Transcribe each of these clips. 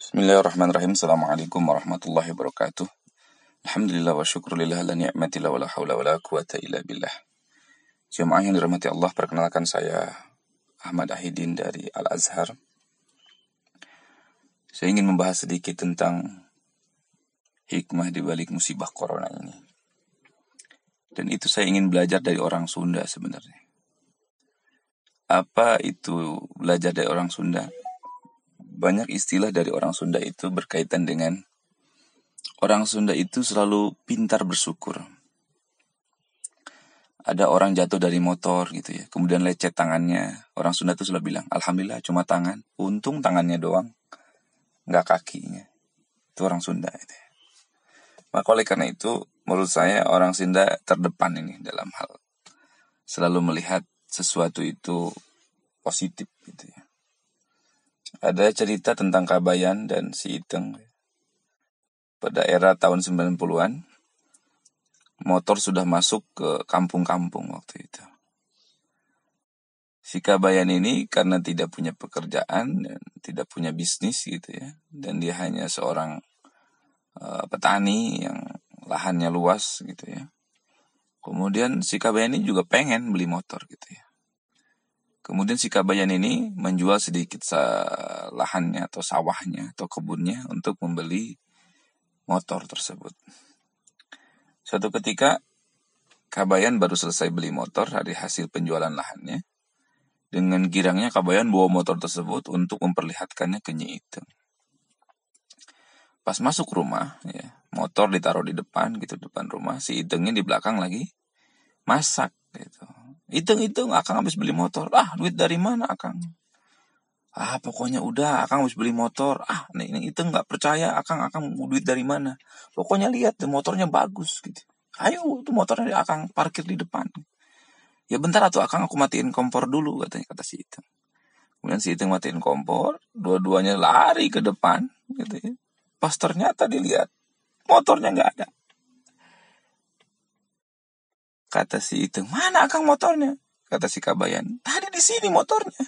Bismillahirrahmanirrahim. Assalamualaikum warahmatullahi wabarakatuh. Alhamdulillah wa syukurillah la ni'matillah wa la hawla wa la quwata illa billah. Jemaah yang dirahmati Allah, perkenalkan saya Ahmad Ahidin dari Al-Azhar. Saya ingin membahas sedikit tentang hikmah di balik musibah corona ini. Dan itu saya ingin belajar dari orang Sunda sebenarnya. Apa itu belajar dari orang Sunda? Banyak istilah dari orang Sunda itu berkaitan dengan orang Sunda itu selalu pintar bersyukur. Ada orang jatuh dari motor gitu ya, kemudian lecet tangannya. Orang Sunda itu selalu bilang, alhamdulillah cuma tangan, untung tangannya doang, nggak kakinya. Itu orang Sunda itu ya. Maka oleh karena itu, menurut saya orang Sunda terdepan ini dalam hal selalu melihat sesuatu itu positif gitu ya. Ada cerita tentang Kabayan dan si Iteng. Pada era tahun 90-an, motor sudah masuk ke kampung-kampung waktu itu. Si Kabayan ini karena tidak punya pekerjaan dan tidak punya bisnis gitu ya, dan dia hanya seorang petani yang lahannya luas gitu ya. Kemudian si Kabayan ini juga pengen beli motor gitu ya. Kemudian si Kabayan ini menjual sedikit lahannya atau sawahnya atau kebunnya untuk membeli motor tersebut. Suatu ketika Kabayan baru selesai beli motor dari hasil penjualan lahannya. Dengan girangnya Kabayan bawa motor tersebut untuk memperlihatkannya ke Nyi Iteng. Pas masuk rumah, ya, motor ditaruh di depan gitu, depan rumah. Si Itengnya di belakang lagi masak gitu. Iteng, Akang habis beli motor. Ah, duit dari mana Akang? Ah, pokoknya udah Akang habis beli motor. Ah, ini Iteng nggak percaya Akang duit dari mana? Pokoknya lihat motornya bagus gitu. Ayo, tuh motornya Akang parkir di depan. Ya bentar atuh Akang, aku matiin kompor dulu katanya, kata si Iteng. Kemudian si Iteng matiin kompor, dua-duanya lari ke depan gitu ya. Pas ternyata dilihat motornya nggak ada. Kata si Iteng, mana Akang motornya? Kata si Kabayan, tadi di sini motornya.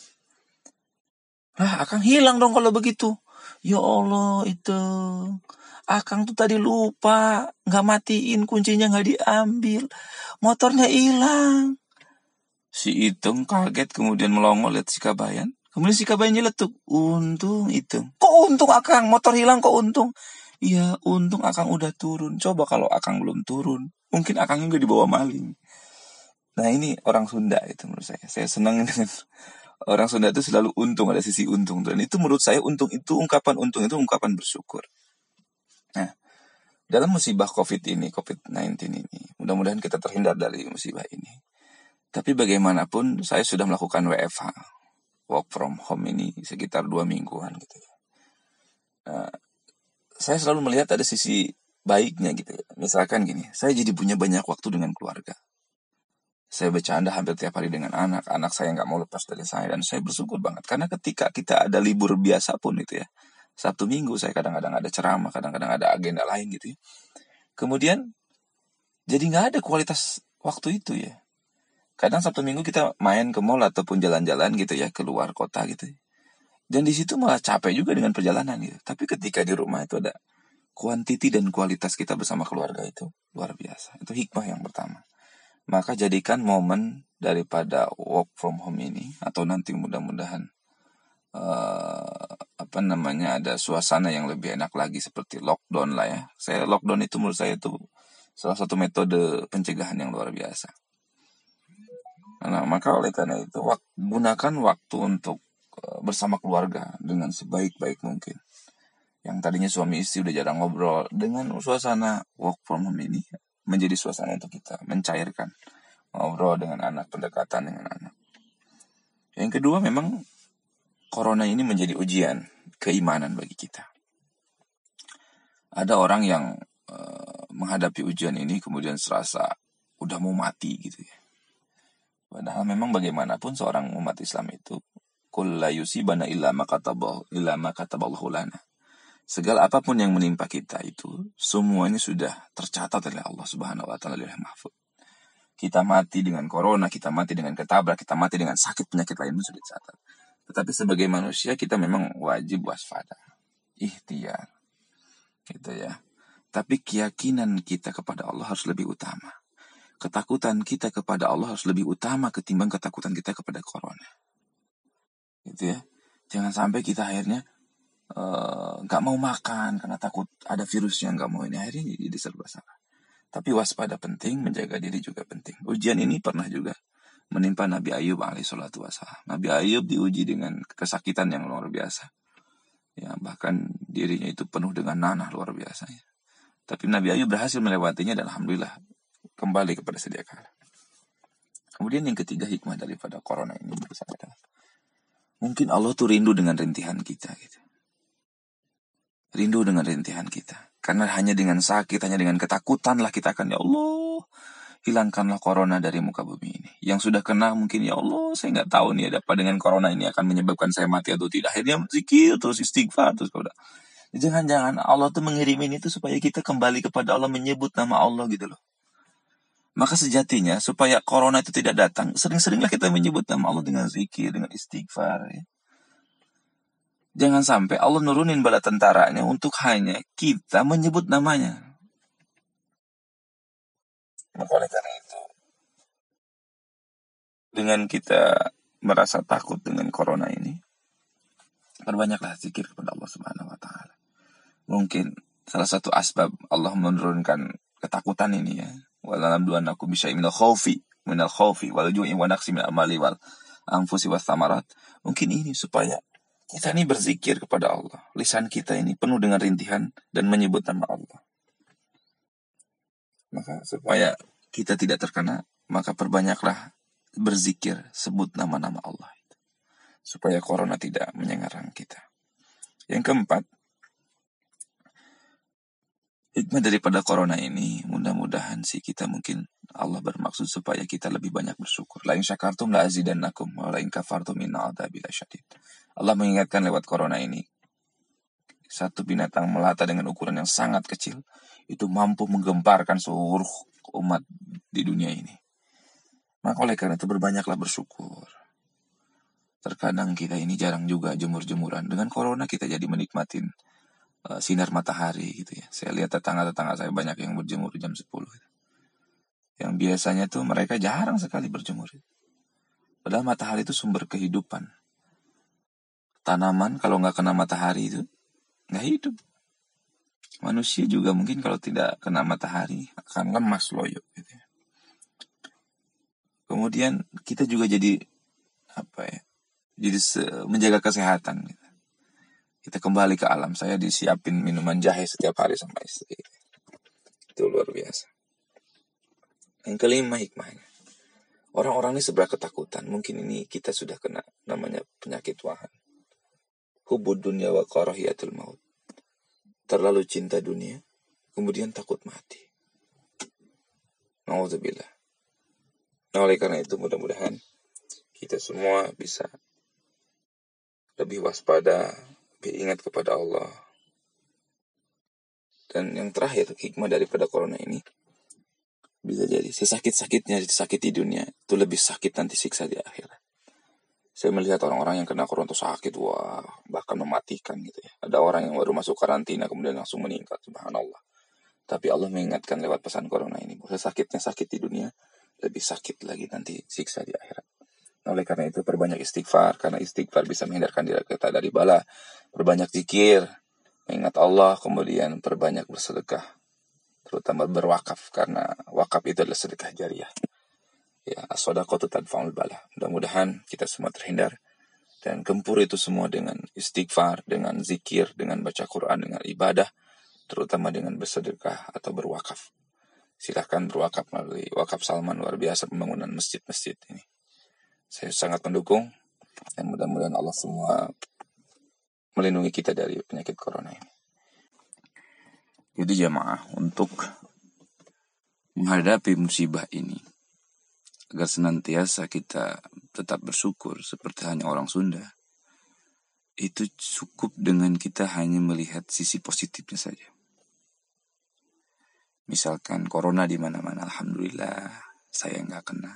Lah, Akang hilang dong kalau begitu. Ya Allah, Iteng, Akang tuh tadi lupa, nggak matiin, kuncinya nggak diambil, motornya hilang. Si Iteng kaget kemudian melongo lihat si Kabayan. Kemudian si Kabayan nyeletuk, untung Iteng. Kok untung Akang? Motor hilang kok untung? Iya, untung Akang udah turun. Coba kalau Akang belum turun, mungkin Akang juga dibawa maling. Nah, ini orang Sunda itu menurut saya. Saya senang dengan orang Sunda itu selalu untung, ada sisi untung. Dan itu menurut saya ungkapan untung itu ungkapan bersyukur. Nah, dalam musibah COVID-19 ini, mudah-mudahan kita terhindar dari musibah ini. Tapi bagaimanapun saya sudah melakukan WFH, work from home ini sekitar 2 mingguan gitu ya. Saya selalu melihat ada sisi baiknya gitu ya. Misalkan gini, saya jadi punya banyak waktu dengan keluarga. Saya bercanda hampir tiap hari dengan anak saya nggak mau lepas dari saya, dan saya bersyukur banget. Karena ketika kita ada libur biasa pun itu ya, Sabtu Minggu saya kadang-kadang ada ceramah, kadang-kadang ada agenda lain gitu ya. Kemudian jadi nggak ada kualitas waktu itu ya. Kadang Sabtu Minggu kita main ke mall ataupun jalan-jalan gitu ya, keluar kota gitu. Dan di situ malah capek juga dengan perjalanan gitu. Tapi ketika di rumah itu ada kuantiti dan kualitas kita bersama keluarga itu luar biasa. Itu hikmah yang pertama. Maka jadikan momen daripada work from home ini, atau nanti mudah-mudahan ada suasana yang lebih enak lagi seperti lockdown lah ya. Lockdown itu menurut saya itu salah satu metode pencegahan yang luar biasa. Nah, maka oleh karena itu gunakan waktu untuk bersama keluarga dengan sebaik-baik mungkin. Yang tadinya suami istri udah jarang ngobrol, dengan suasana work from home ini menjadi suasana untuk kita mencairkan ngobrol dengan anak, pendekatan dengan anak. Yang kedua, memang corona ini menjadi ujian keimanan bagi kita. Ada orang yang menghadapi ujian ini kemudian serasa udah mau mati gitu ya. Padahal memang bagaimanapun seorang umat Islam itu kul la yusibana illa ma kataballahu lana. Segala apapun yang menimpa kita itu semuanya sudah tercatat oleh Allah Subhanahu wa taala di Lauh Mahfuz. Kita mati dengan corona, kita mati dengan ketabrak, kita mati dengan sakit penyakit lain pun sudah dicatat. Tetapi sebagai manusia kita memang wajib waspada. ikhtiar, gitu ya. Tapi keyakinan kita kepada Allah harus lebih utama. Ketakutan kita kepada Allah harus lebih utama ketimbang ketakutan kita kepada corona. Gitu ya. Jangan sampai kita akhirnya nggak mau makan karena takut ada virusnya, nggak mau ini, akhirnya jadi serba salah. Tapi waspada penting, menjaga diri juga penting. Ujian ini pernah juga menimpa Nabi Ayub alaihissalatu wassalam. Nabi Ayub diuji dengan kesakitan yang luar biasa. Ya, bahkan dirinya itu penuh dengan nanah luar biasa. Ya. Tapi Nabi Ayub berhasil melewatinya dan alhamdulillah kembali kepada sedia kala. Kemudian yang ketiga, hikmah daripada corona ini adalah mungkin Allah tuh rindu dengan rintihan kita gitu. Rindu dengan rintihan kita. Karena hanya dengan sakit, hanya dengan ketakutan lah kita akan, ya Allah, hilangkanlah corona dari muka bumi ini. Yang sudah kena mungkin, ya Allah, saya nggak tahu nih apa dengan corona ini akan menyebabkan saya mati atau tidak. Akhirnya zikir, terus istighfar, terus udah. Jangan-jangan Allah tuh mengirimin itu supaya kita kembali kepada Allah, menyebut nama Allah gitu loh. Maka sejatinya supaya corona itu tidak datang, sering-seringlah kita menyebut nama Allah dengan zikir, dengan istighfar. Ya. Jangan sampai Allah nurunin bala tentaranya untuk hanya kita menyebut namanya. Maka oleh karena itu, dengan kita merasa takut dengan corona ini, perbanyaklah zikir kepada Allah Subhanahu wa taala. Mungkin salah satu asbab Allah menurunkan ketakutan ini ya. Walanabluwannakum bisyai'in minal khaufi wal ju'i wa naqsi minal amali wal anfusi was samarat. Mungkin ini supaya kita ini berzikir kepada Allah. Lisan kita ini penuh dengan rintihan dan menyebut nama Allah. Maka supaya kita tidak terkena, maka perbanyaklah berzikir, sebut nama-nama Allah. Supaya corona tidak menyerang kita. Yang keempat, hikmah daripada corona ini, mudah-mudahan sih kita mungkin Allah bermaksud supaya kita lebih banyak bersyukur. La in syakartum la azidannakum wa la in kafartum inna adzabi lasyadid. Allah mengingatkan lewat corona ini, satu binatang melata dengan ukuran yang sangat kecil itu mampu menggemparkan seluruh umat di dunia ini. Maka oleh karena itu berbanyaklah bersyukur. Terkadang kita ini jarang juga jemur-jemuran. Dengan corona kita jadi menikmatin sinar matahari gitu ya. Saya lihat tetangga-tetangga saya banyak yang berjemur jam 10 gitu. Yang biasanya tuh mereka jarang sekali berjemur. Padahal matahari itu sumber kehidupan. Tanaman kalau nggak kena matahari itu nggak hidup. Manusia juga mungkin kalau tidak kena matahari akan lemas loyo gitu ya. Kemudian kita juga jadi jadi menjaga kesehatan gitu. Kita kembali ke alam. Saya disiapin minuman jahe setiap hari sama istri. Itu luar biasa. Yang kelima hikmahnya. Orang-orang ini seberapa ketakutan. Mungkin ini kita sudah kena namanya penyakit wahan. Hubud dunia wa karahiyatul maut. Terlalu cinta dunia. Kemudian takut mati. Na'udzubillah. Nah oleh karena itu mudah-mudahan kita semua bisa lebih waspada, lebih ingat kepada Allah. Dan yang terakhir, hikmah daripada corona ini, bisa jadi sesakit-sakitnya sakit di dunia, itu lebih sakit nanti siksa di akhirat. Saya melihat orang-orang yang kena corona itu sakit, wah, bahkan mematikan gitu ya. Ada orang yang baru masuk karantina, kemudian langsung meninggal, subhanallah. Tapi Allah mengingatkan lewat pesan corona ini, bahwa sakitnya sakit di dunia, lebih sakit lagi nanti siksa di akhirat. Nah, oleh karena itu perbanyak istighfar, karena istighfar bisa menghindarkan diri kita dari bala. Perbanyak zikir, mengingat Allah, kemudian perbanyak bersedekah, terutama berwakaf, karena wakaf itu adalah sedekah jariah. Ya, as-shadaqatu tadfa'ul bala. Mudah-mudahan kita semua terhindar dan gempur itu semua dengan istighfar, dengan zikir, dengan baca Quran, dengan ibadah, terutama dengan bersedekah atau berwakaf. Silahkan berwakaf melalui wakaf Salman, luar biasa pembangunan masjid-masjid ini. Saya sangat mendukung dan mudah-mudahan Allah semua melindungi kita dari penyakit corona ini. Jadi jamaah, untuk menghadapi musibah ini, agar senantiasa kita tetap bersyukur seperti hanya orang Sunda, itu cukup dengan kita hanya melihat sisi positifnya saja. Misalkan corona di mana-mana, alhamdulillah saya nggak kena.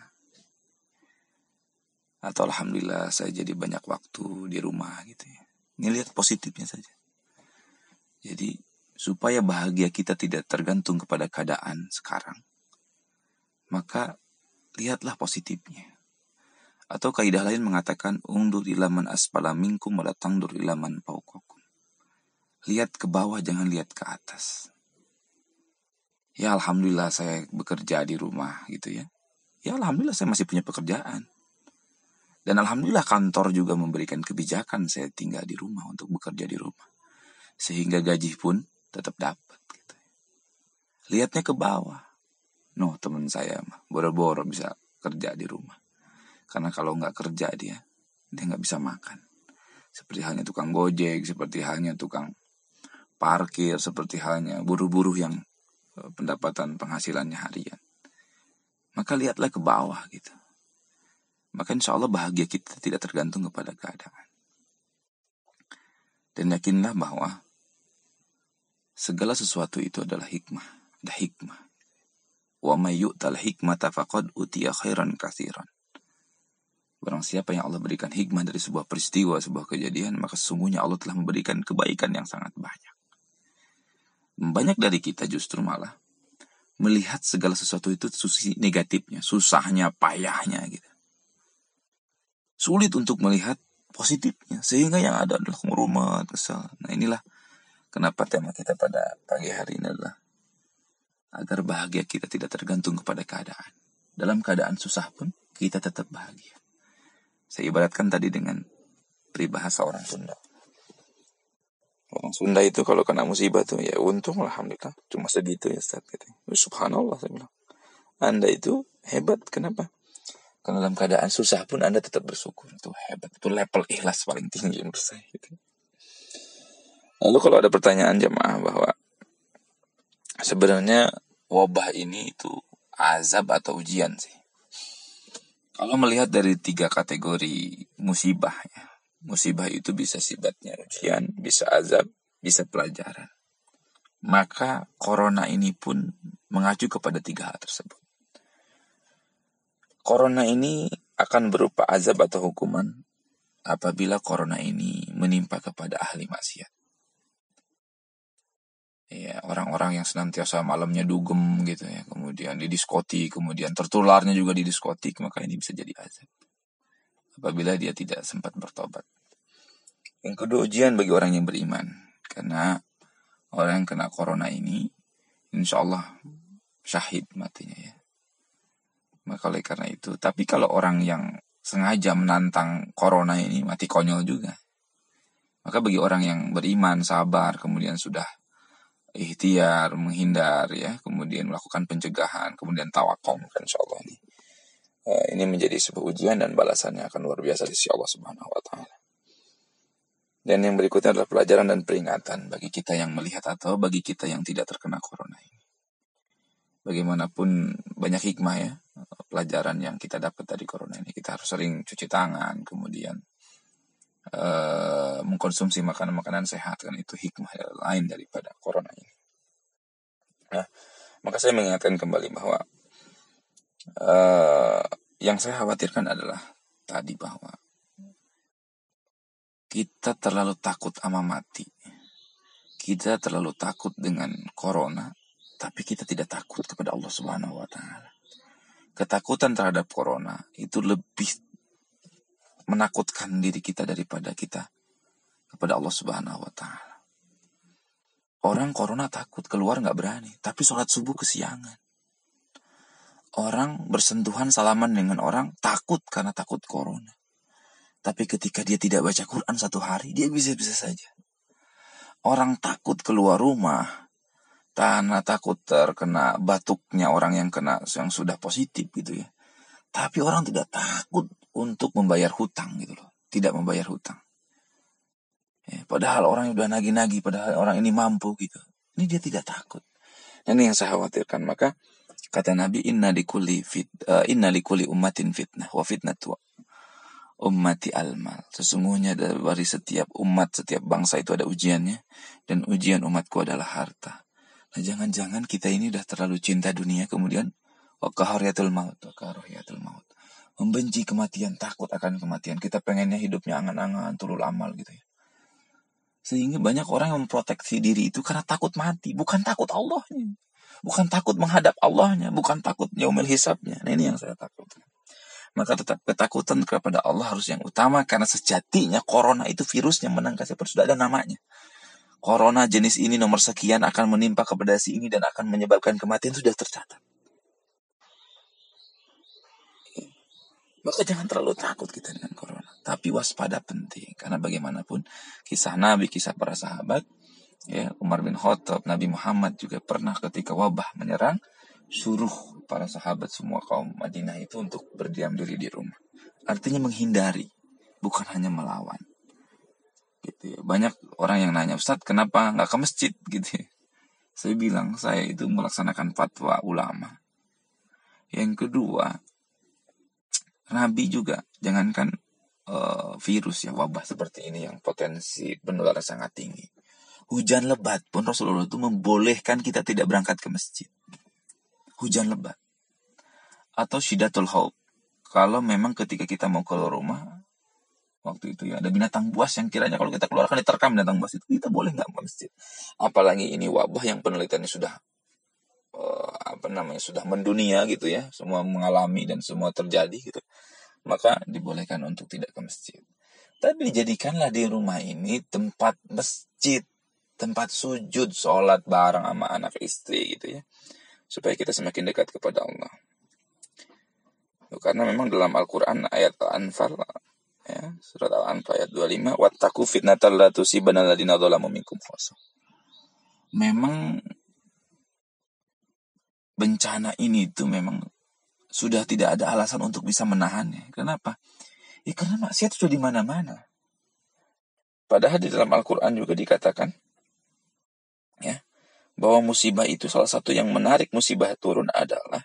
Atau alhamdulillah saya jadi banyak waktu di rumah gitu ya. Ini lihat positifnya saja. Jadi supaya bahagia kita tidak tergantung kepada keadaan sekarang, maka lihatlah positifnya. Atau kaidah lain mengatakan undur ilaman asfala minkum wala tangdur ilaman fawqakum. Lihat ke bawah, jangan lihat ke atas. Ya alhamdulillah saya bekerja di rumah gitu ya. Ya alhamdulillah saya masih punya pekerjaan. Dan alhamdulillah kantor juga memberikan kebijakan saya tinggal di rumah untuk bekerja di rumah. Sehingga gaji pun tetap dapat gitu. Lihatnya ke bawah. No, teman saya mah boro-boro bisa kerja di rumah. Karena kalau nggak kerja dia nggak bisa makan. Seperti halnya tukang gojek, seperti halnya tukang parkir, seperti halnya buruh-buruh yang pendapatan penghasilannya harian. Maka lihatlah ke bawah gitu. Maka insya Allah bahagia kita tidak tergantung kepada keadaan. Dan yakinlah bahwa segala sesuatu itu adalah hikmah. Ada hikmah. Wa may yu'tal hikmata faqad utiya khairan katsiran. Barang siapa yang Allah berikan hikmah dari sebuah peristiwa, sebuah kejadian, maka sesungguhnya Allah telah memberikan kebaikan yang sangat banyak. Banyak dari kita justru malah melihat segala sesuatu itu sisi negatifnya, susahnya, payahnya gitu. Sulit untuk melihat positifnya, sehingga yang ada adalah kemurumat, kesal. Nah inilah kenapa tema kita pada pagi hari ini adalah agar bahagia kita tidak tergantung kepada keadaan. Dalam keadaan susah pun kita tetap bahagia. Saya ibaratkan tadi dengan peribahasa orang Sunda. Orang Sunda itu kalau kena musibah tuh ya untung alhamdulillah cuma segitu ya Ustaz gitu. Subhanallah saya bilang. Anda itu hebat, kenapa? Karena dalam keadaan susah pun Anda tetap bersyukur. Itu hebat, itu level ikhlas paling tinggi menurut saya gitu. Lalu kalau ada pertanyaan jemaah bahwa sebenarnya wabah ini itu azab atau ujian sih. Kalau melihat dari 3 kategori musibah ya. Musibah itu bisa sifatnya ujian, bisa azab, bisa pelajaran. Maka corona ini pun mengacu kepada 3 hal tersebut. Corona ini akan berupa azab atau hukuman apabila corona ini menimpa kepada ahli maksiat. Ya, orang-orang yang senantiasa malamnya dugem gitu ya, kemudian di diskotik, kemudian tertularnya juga di diskotik, maka ini bisa jadi azab apabila dia tidak sempat bertobat. Yang kedua, ujian bagi orang yang beriman, karena orang yang kena corona ini insya Allah syahid matinya ya. Maka oleh karena itu, tapi kalau orang yang sengaja menantang corona ini mati konyol juga. Maka bagi orang yang beriman, sabar, kemudian sudah ikhtiar, menghindar ya, kemudian melakukan pencegahan, kemudian tawakal, kan insyaallah ini menjadi sebuah ujian dan balasannya akan luar biasa di sisi Allah Subhanahu wa taala. Dan yang berikutnya adalah pelajaran dan peringatan bagi kita yang melihat atau bagi kita yang tidak terkena corona ini. Bagaimanapun banyak hikmah ya, pelajaran yang kita dapat dari corona ini. Kita harus sering cuci tangan, kemudian mengkonsumsi makanan-makanan sehat, kan itu hikmah lain daripada corona ini. Nah, maka saya mengingatkan kembali bahwa yang saya khawatirkan adalah tadi bahwa kita terlalu takut sama mati. Kita terlalu takut dengan corona, tapi kita tidak takut kepada Allah Subhanahu wa taala. Ketakutan terhadap corona itu lebih menakutkan diri kita daripada kita kepada Allah Subhanahu wa taala. Orang corona takut keluar enggak berani, tapi sholat subuh kesiangan. Orang bersentuhan salaman dengan orang takut karena takut corona. Tapi ketika dia tidak baca Quran 1 hari, dia bisa-bisa saja. Orang takut keluar rumah karena takut terkena batuknya orang yang sudah positif gitu ya. Tapi orang tidak takut untuk membayar hutang gitu loh. Tidak membayar hutang. Ya, padahal orang yang udah nagih-nagih, padahal orang ini mampu gitu. Ini dia tidak takut. Ini yang saya khawatirkan. Maka kata Nabi, inna likulli ummatin fitnah wa fitnatu ummati al-mal. Sesungguhnya dari setiap umat, setiap bangsa itu ada ujiannya, dan ujian umatku adalah harta. Nah, jangan-jangan kita ini udah terlalu cinta dunia, kemudian wakahariyatul maut. Membenci kematian, takut akan kematian. Kita pengennya hidupnya angan-angan, tulul amal gitu ya. Sehingga banyak orang yang memproteksi diri itu karena takut mati, bukan takut Allahnya. Bukan takut menghadap Allahnya, bukan takut yaumil hisabnya. Nah, ini yang saya takutkan. Maka tetap ketakutan kepada Allah harus yang utama, karena sejatinya corona itu virus yang menang kasih sudah ada namanya. Corona jenis ini nomor sekian akan menimpa kepada si ini dan akan menyebabkan kematian, sudah tercatat. Maka jangan terlalu takut kita dengan corona. Tapi waspada penting, karena bagaimanapun kisah Nabi, kisah para sahabat, ya, Umar bin Khattab, Nabi Muhammad juga pernah ketika wabah menyerang, suruh para sahabat semua kaum Madinah itu untuk berdiam diri di rumah. Artinya menghindari, bukan hanya melawan. Gitu ya. Banyak orang yang nanya, Ustadz kenapa nggak ke masjid gitu ya. Saya bilang saya itu melaksanakan fatwa ulama. Yang kedua, Nabi juga jangankan virus ya, wabah seperti ini yang potensi penularan sangat tinggi. Hujan lebat pun Rasulullah itu membolehkan kita tidak berangkat ke masjid. Hujan lebat. Atau syidatul haub. Kalau memang ketika kita mau keluar rumah, waktu itu ya ada binatang buas yang kiranya kalau kita keluarkan diterkam binatang buas itu, kita boleh nggak ke masjid. Apalagi ini wabah yang penelitiannya sudah sudah mendunia gitu ya, semua mengalami dan semua terjadi gitu. Maka dibolehkan untuk tidak ke masjid. Tapi dijadikanlah di rumah ini tempat masjid, tempat sujud, sholat bareng sama anak istri gitu ya, supaya kita semakin dekat kepada Allah. Karena memang dalam Al-Quran ayat Al-Anfal ya, surat Al-Anfal ayat 25, wattaqu fitnatal la tusibanna alladziina dzalamu minkum khassah. Memang bencana ini itu memang sudah tidak ada alasan untuk bisa menahannya. Kenapa? Ya karena maksiat sudah di mana-mana. Padahal di dalam Al-Quran juga dikatakan ya, bahwa musibah itu salah satu yang menarik musibah turun adalah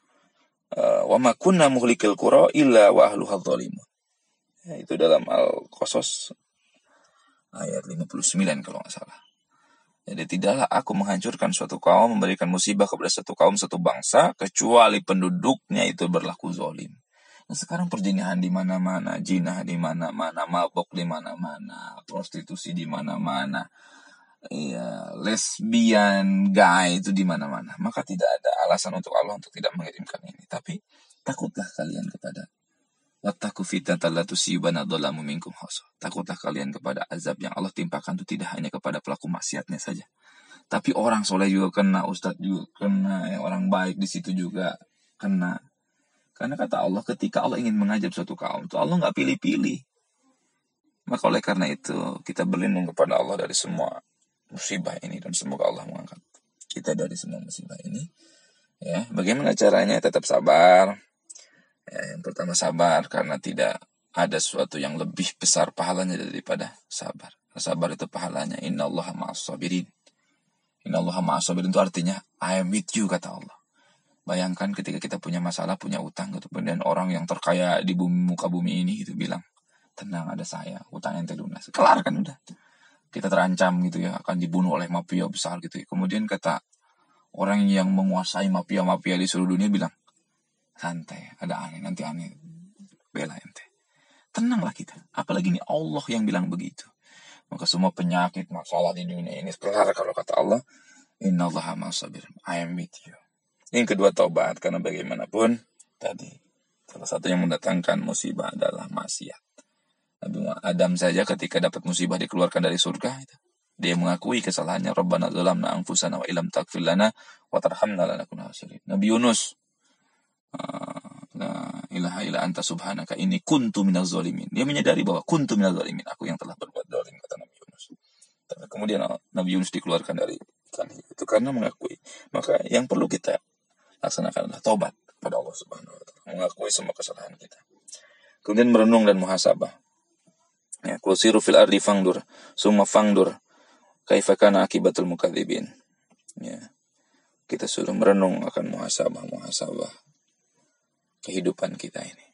wa ma kunna muhlikil qura illa wa ahluha dzalimun. Ya, itu dalam Al-Qasas ayat 59 kalau nggak salah. Jadi tidaklah aku menghancurkan suatu kaum, memberikan musibah kepada satu kaum, satu bangsa, kecuali penduduknya itu berlaku zalim. Nah, sekarang perjinahan di mana-mana, jinah di mana-mana, mabok di mana-mana, prostitusi di mana-mana, ya, lesbian, gay itu di mana-mana. Maka tidak ada alasan untuk Allah untuk tidak mengirimkan ini. Tapi takutlah kalian kepada wattaqu fitnatan la tusibanna dzalamu minkum khassah. Takutlah kalian kepada azab yang Allah timpakan itu tidak hanya kepada pelaku maksiatnya saja, tapi orang soleh juga kena, ustadz juga kena, orang baik di situ juga kena. Karena kata Allah, ketika Allah ingin mengajab suatu kaum, itu Allah nggak pilih-pilih. Maka oleh karena itu, kita berlindung kepada Allah dari semua musibah ini, dan semoga Allah mengangkat kita dari semua musibah ini. Ya, bagaimana caranya? Tetap sabar. Ya, yang pertama sabar, karena tidak ada sesuatu yang lebih besar pahalanya daripada sabar. Sabar itu pahalanya innallaha ma'as sabirin. Innallaha ma'as sabirin itu artinya I am with you, kata Allah. Bayangkan ketika kita punya masalah, punya utang gitu, kemudian orang yang terkaya di muka bumi ini gitu bilang, tenang, ada saya, utang ente lunas. Kelar kan udah. Kita terancam gitu ya, akan dibunuh oleh mafia besar gitu ya. Kemudian kata orang yang menguasai mafia-mafia di seluruh dunia bilang, santai, ada aneh, nanti aneh bela ente. Tenanglah kita. Apalagi ini Allah yang bilang begitu. Maka semua penyakit, masalah di dunia ini kelar kalau kata Allah, innallaha ma'as sabirin, I am with you. Yang kedua, taubat, karena bagaimanapun tadi salah satu yang mendatangkan musibah adalah maksiat. Nabi Adam saja ketika dapat musibah dikeluarkan dari surga, dia mengakui kesalahannya. Rabbana dzalamna anfusana wa illam taghfir lana wa tarhamna lanakunanna khasirin. Nabi Yunus, la ilaha illa anta subhanaka inni kuntu minaz zalimin. Dia menyadari bahwa kuntu minaz zalimin, aku yang telah berbuat zalim, kata Nabi Yunus. Tapi kemudian Nabi Yunus dikeluarkan dari ikan itu karena mengakui. Maka yang perlu kita laksanakan adalah taubat kepada Allah Subhanahu wa taala, mengakui semua kesalahan kita. Kemudian merenung dan muhasabah. Ya, qul siru fil ardi fangdur, summa fangdur kaifa kana akibatul mukadzibin. Ya. Kita suruh merenung akan muhasabah kehidupan kita ini.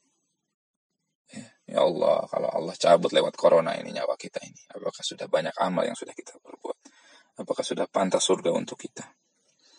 Ya Allah, kalau Allah cabut lewat corona ini nyawa kita ini, apakah sudah banyak amal yang sudah kita perbuat? Apakah sudah pantas surga untuk kita?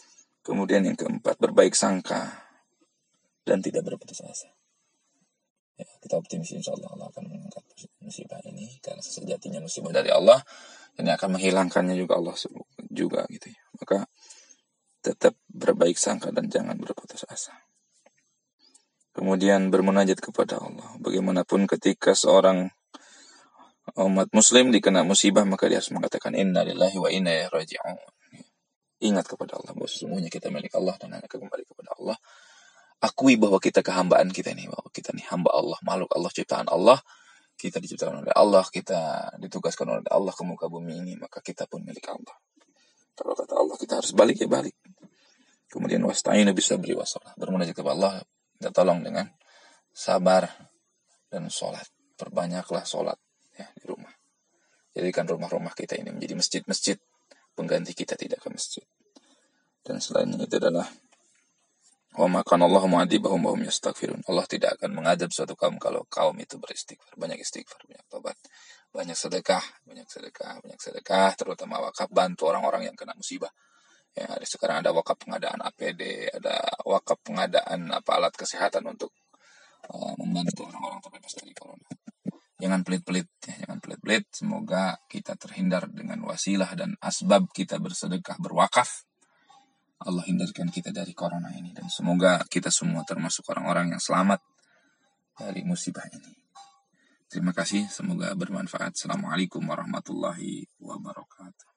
Kemudian yang keempat, berbaik sangka dan tidak berputus asa. Ya, kita optimis insyaallah Allah akan mengangkat musibah ini, karena sejatinya musibah dari Allah, ini akan menghilangkannya juga Allah juga gitu ya. Maka tetap berbaik sangka dan jangan berputus asa. Kemudian bermunajat kepada Allah. Bagaimanapun ketika seorang umat muslim dikena musibah, maka dia harus mengatakan inna lillahi wa inna ilaihi raji'un. Ingat kepada Allah bahwa sesungguhnya kita milik Allah dan hanya kembali kepada Allah. Akui bahwa kita kehambaan kita ini, bahwa kita ini hamba Allah, makhluk Allah, ciptaan Allah. Kita diciptakan oleh Allah, kita ditugaskan oleh Allah ke muka bumi ini, maka kita pun milik Allah. Kalau kata Allah kita harus balik, ya balik. Kemudian wasta'inu bisabri wassalah. Bermunajat kepada Allah, minta tolong dengan sabar dan sholat. Perbanyaklah sholat ya di rumah. Jadikan rumah-rumah kita ini menjadi masjid-masjid pengganti kita tidak ke masjid. Dan selainnya itu adalah wa ma kana Allahu mu'adzibahum wa hum yastaghfirun. Allah tidak akan mengadab suatu kaum kalau kaum itu beristighfar, banyak istighfar, banyak tobat, banyak sedekah, terutama wakaf bantu orang-orang yang kena musibah. Ya, sekarang ada wakaf pengadaan APD, ada wakaf pengadaan alat kesehatan untuk membantu orang-orang terbebas dari corona. Jangan pelit-pelit ya, jangan pelit-pelit. Semoga kita terhindar dengan wasilah dan asbab kita bersedekah, berwakaf. Allah hindarkan kita dari corona ini, dan semoga kita semua termasuk orang-orang yang selamat dari musibah ini. Terima kasih, semoga bermanfaat. Assalamualaikum warahmatullahi wabarakatuh.